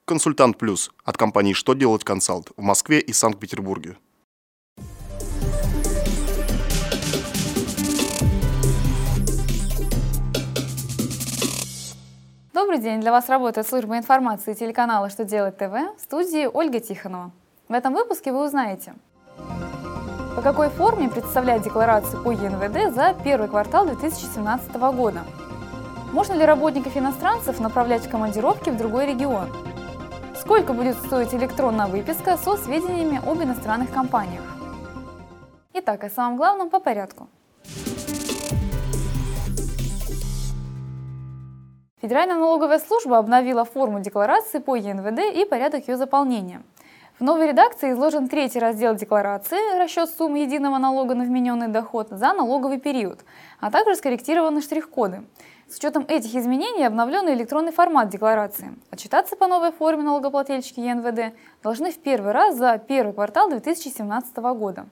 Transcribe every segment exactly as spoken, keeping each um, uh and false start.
Консультант Плюс от компании «Что делать консалт» в Москве и Санкт-Петербурге. Добрый день! Для вас работает служба информации телеканала «Что делать ТВ», в студии Ольга Тихонова. В этом выпуске вы узнаете, по какой форме представлять декларацию по Е Эн Вэ Дэ за первый квартал две тысячи семнадцатого года, можно ли работников-иностранцев направлять в командировки в другой регион, сколько будет стоить электронная выписка со сведениями об иностранных компаниях. Итак, о самом главном по порядку. Федеральная налоговая служба обновила форму декларации по Е Эн Вэ Дэ и порядок ее заполнения. В новой редакции изложен третий раздел декларации «Расчет суммы единого налога на вмененный доход за налоговый период», а также скорректированы штрих-коды. С учетом этих изменений обновлен электронный формат декларации. Отчитаться по новой форме налогоплательщики Е Эн Вэ Дэ должны в первый раз за первый квартал две тысячи семнадцатого года.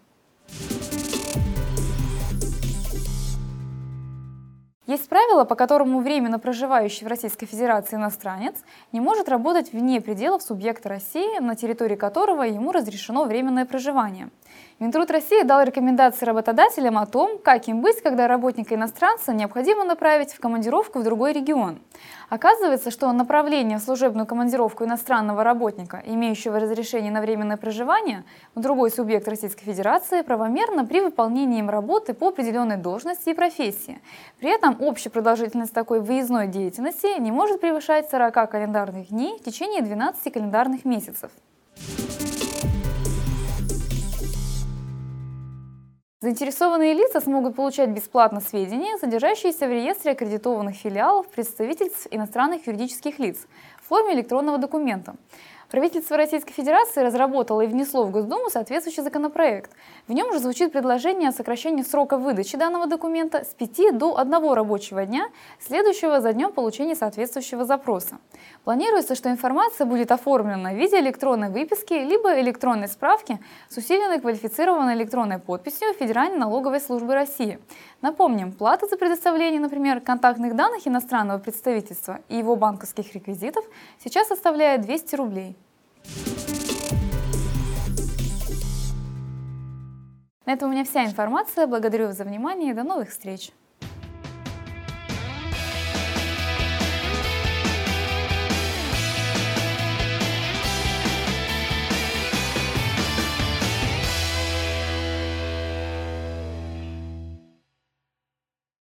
Есть правило, по которому временно проживающий в Российской Федерации иностранец не может работать вне пределов субъекта России, на территории которого ему разрешено временное проживание. Минтруд России дал рекомендации работодателям о том, как им быть, когда работника-иностранца необходимо направить в командировку в другой регион. Оказывается, что направление в служебную командировку иностранного работника, имеющего разрешение на временное проживание, в другой субъект Российской Федерации правомерно при выполнении им работы по определенной должности и профессии. При этом общая продолжительность такой выездной деятельности не может превышать сорока календарных дней в течение двенадцати календарных месяцев. Заинтересованные лица смогут получать бесплатно сведения, содержащиеся в реестре аккредитованных филиалов представительств иностранных юридических лиц в форме электронного документа. Правительство Российской Федерации разработало и внесло в Госдуму соответствующий законопроект. В нем же звучит предложение о сокращении срока выдачи данного документа с пяти до одного рабочего дня, следующего за днем получения соответствующего запроса. Планируется, что информация будет оформлена в виде электронной выписки либо электронной справки с усиленной квалифицированной электронной подписью Федеральной налоговой службы России. Напомним, плата за предоставление, например, контактных данных иностранного представительства и его банковских реквизитов сейчас составляет двести рублей. На этом у меня вся информация. Благодарю вас за внимание и до новых встреч!